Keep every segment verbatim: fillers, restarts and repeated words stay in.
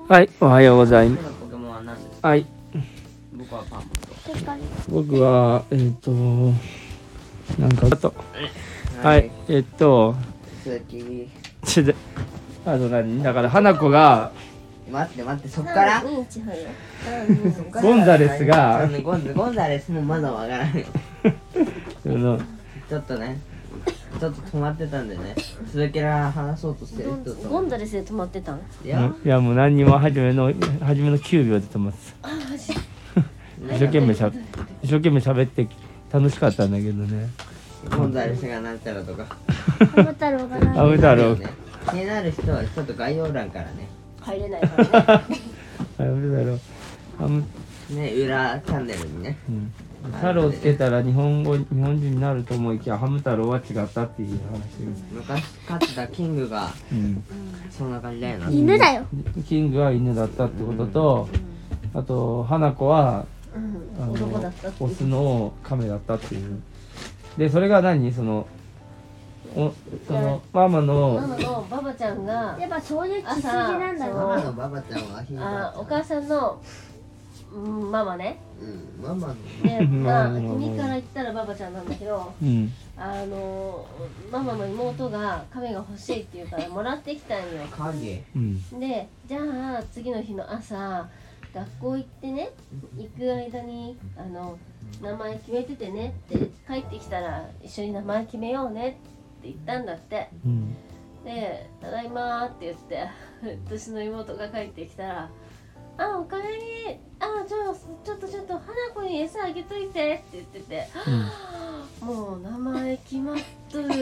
はい、おはようございます。 ポケモンは何ですか？ はい、 僕はパーモン僕はえっ、ー、となんかあと、 と。 はい、えっ、ー、と続き。 ちょあの何だから花子が待って待って、そっからゴゴンザレスがゴンゴンザレスもまだわからんよ。 そのちょっとね、ちょっと止まってたんでね、続きから話そうとしてる人と。 ゴンザレスで止まってたん？ いや、 いやもう何にも初めの初めのきゅうびょうで止まってた。一生懸命しゃ一生懸命喋って楽しかったんだけどね。 ゴンザレスがなんちゃらとか。 ハム太郎がなハム太郎ね、気になる人はちょっと概要欄からね。 入れないからね。 ハム太郎ハムね、裏チャンネルにね。 うん太郎つけたら日本語日本人になると思いきやハム太郎は違ったっていう話です。 昔飼ってたキングがうんそんな感じだよな。 犬だよ。 キングは犬だったってことと、あと花子はうんあの男だったっていうオスの亀だったっていう。でそれが何そのおそのママのママのババちゃんがやっぱそういう血筋なんだ朝よ。 ママのババちゃんはひいばあお母さんの、うん、ママね。 うん、ママので、まあママの君から言ったらババちゃんなんだけど、 うんあのママの妹が亀が欲しいって言うからもらってきたんよ。 影。 うんで、じゃあ次の日の朝学校行ってね、行く間にあの名前決めててねって帰ってきたら一緒に名前決めようねって言ったんだって。 うんで、ただいまーって言って私の妹が帰ってきたら、あ、おかえり、あ、ちょちょっとちょっと花子に餌あげといてって言ってて、もう名前決まっとるがん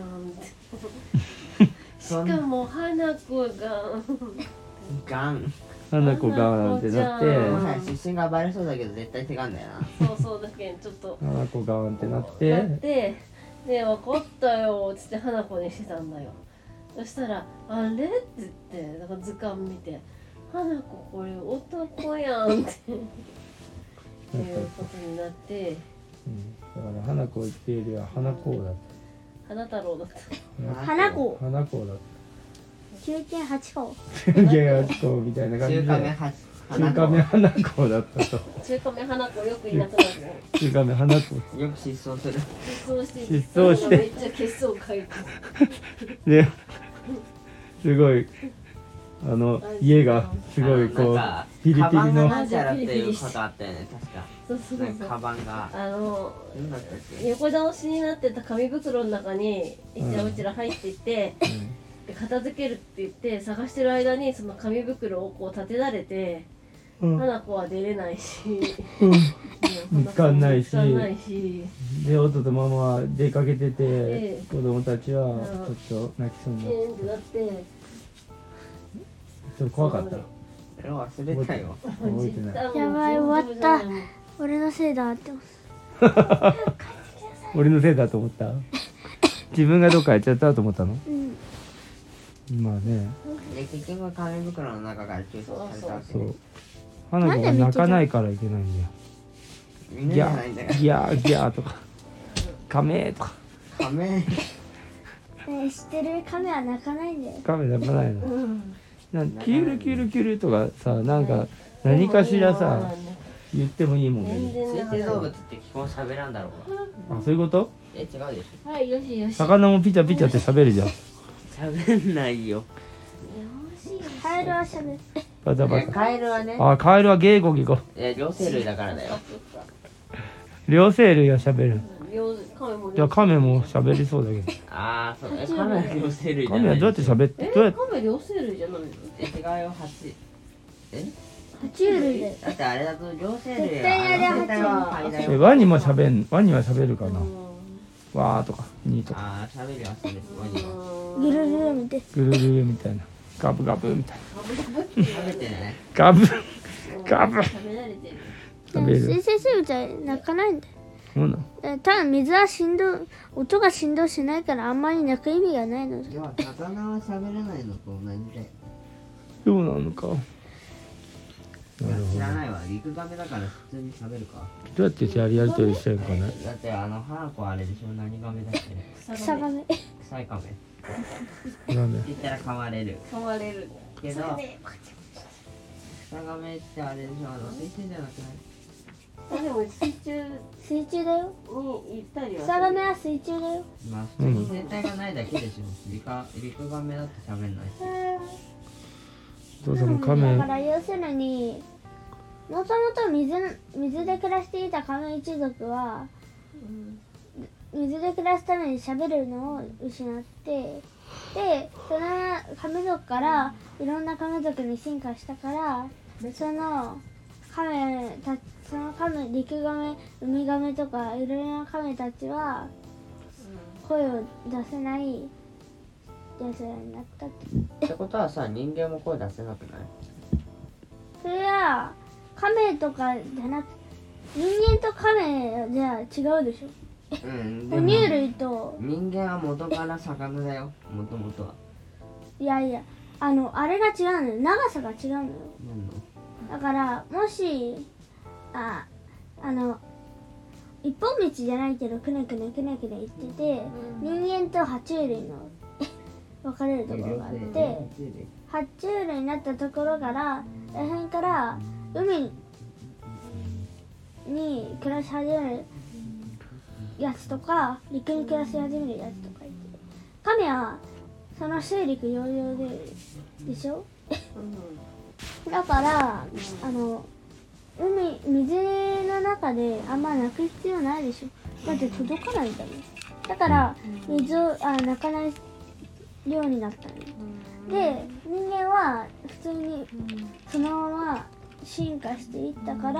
ってしかも花子がガン。 花子がなんてなってうんもはや出身がバレそうだけど絶対違うんだよな。 そうそうだけんちょっと花子がなんてなっなっててで、分かったよっつって花子にしてたんだよ。そしたら「あれ?」って言ってだから図鑑見て「花子これ男やん」っていうことになってうんだから花子言っているよ花子だっ花太郎だった。 た花子花子だっきゅうてんはちこ。 たゲガチコみたいな感じで中華目は中華目花子だったと中華目花子よくいなくなるの。 中華目花子よく失踪する。 失踪して失踪してめっちゃ血相書いてですごいあの家がすごいこうなんかピリピリカバンがのなんちゃらっていうことあったよね、確か。 そうそうなんかカそう。 バンが。 あのなんだったっけ？ 横倒しになってた紙袋の中にいちらうちら入っていって、で片付けるって言って探してる間にその紙袋をこう立てられて、 うん花子は出れないし、 うんね見つかんないし見つかんないし、 で弟とママは出かけててええ子供たちはちょっと泣きそうになってえーってなって、 ちょっと怖かったそれ忘れたよ。 覚えてないやばい終わった俺のせいだって思う。 俺のせいだと思った自分がどっかやっちゃったと思ったのうん。 まあねで、結局紙袋の中から抽出されたわけねそう。花子が泣かないからいけないんだよ犬じゃギャないんだよ。 ーギャーギャーとかカメとかカメ。 ねえ知ってるカメは泣かないんだよ。 カメ泣かないのうんなんキュルキュルキュルとかさなんか何かしらさ言ってもいいもんね全然水生動なかっ物って基本喋らんだろうが。 あそういうことえ、違うでしょ。 た。はい、よしよし。 魚もピチャピチャって喋るじゃん喋んないよ。 カエルはしゃべる。 バタバタカエルはね、 あカエルはゲーゴギゴえ、両生類だからだよ。 両生類は喋る両カメもじゃあカメも喋りそうだけどあー、そう。え、カメは両生類じゃない。 カメはどうやって喋ってえどうやってカメ両生類じゃないの？ え、違うよ、蜂。え爬虫類だよ。 だってあれだと両生類絶対あれは絶対は肺だよ。 えワニも喋んワニは喋るかなうんわーとかにとかあー、喋るよ、喋る。ワニは。 ぐるぐる見て。 ぐるぐるみたいなガブガブみたいな喋ってね。 ガブガブ食べられてる。 食べる水生生物は泣かないんだよ。 そうなのえ多分水は振動音が振動しないからあんまり泣く意味がないの。 要は魚は喋らないのと同じで。 そうなのかいや知らないわ。陸亀だから普通に喋るか。 どうやってやりやりとりしてるかねだってあの花子あれでしょ、何亀だっけ？ 草ガメ。 臭い亀ってなんで言ったら噛まれる変われる。 けど、 下がめってあれでしょ、あの水中じゃなくない？ あでも水中水中だよ。 に行ったりはクサガメは水中だよ。 まあ普通に生態がないだけでしょ。リカリクガメだって喋んないし。 お父さんもカメだから要するにもともと水水で暮らしていたカメ一族は水で暮らすために喋るのを失って、でそのカメ族からいろんなカメ族に進化したから、そのカメたそのカメ陸ガメウミガメとかいろいろなカメたちは声を出せないやつらになったって。 ってことはさ、人間も声出せなくない？ それはカメとかじゃなく、人間とカメじゃ違うでしょ。 うん。 哺乳類と、 人間は元から魚だよ。もともとは。 いやいや、あのあれが違うのよ。長さが違うのよ。 なんの？ だからもしああの一本道じゃないけどくねくねくねくね言ってて、人間と爬虫類の分かれるところがあって、爬虫類になったところかららへんから海に暮らし始めるやつとか陸に暮らし始めるやつとかいて、カメはその水陸両用ででしょだからあの海水の中であんま泣く必要ないでしょ。だって届かないんだもん。だから水をあ泣かないようになったのよ。で人間は普通にそのまま進化していったから。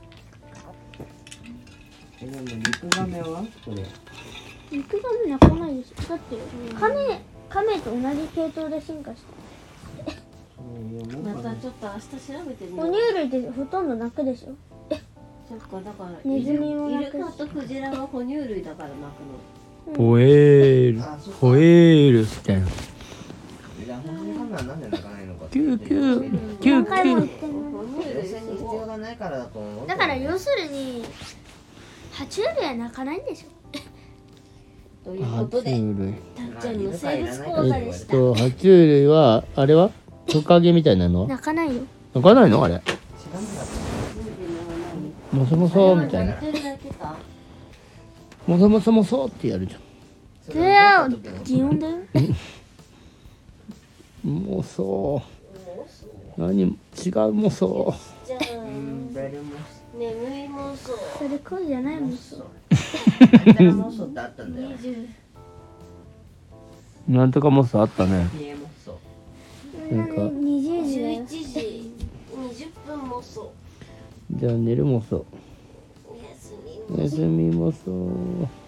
え、でも陸ガメはこれ。 陸ガメ泣かないでしょ。だってカメカメと同じ系統で進化した。 またちょっと明日調べてみよ哺う。 乳類ってほとんど泣くでしょ。 そっか、だからネズミも泣くしイルカとクジラは哺乳類だから泣くの。 ホエールホエールみたいな。 じゃあ本当にカメはなんで泣かないのかってキューキューキュ何回もーキュー言ってんの。 哺乳類予選に必要がないからだと思う。 だから要するに爬虫類は泣かないんでしょ。 ということで、 爬虫類たっちゃんの生物講座でした。 えっと爬虫類はあれはトカゲみたいなの泣かないよ。 泣かないのあれ。 知らなかっもそもそみたいな。 泣いてるだけか。 もそもそもそってやるじゃん。 た。 それは擬音だよ。 もうそう何違うもそじゃあ、 うん、ベルモ眠い妄想。 それ恋じゃないもん。そう。 ベルモッソってあったんだよ。 二十。 うなんとかもそあったね。 ピエモッソ。 なんかにじゅうじだよ。 十一時二十分妄想。 じゃあ寝るもそおやすみ。 ネズミもそう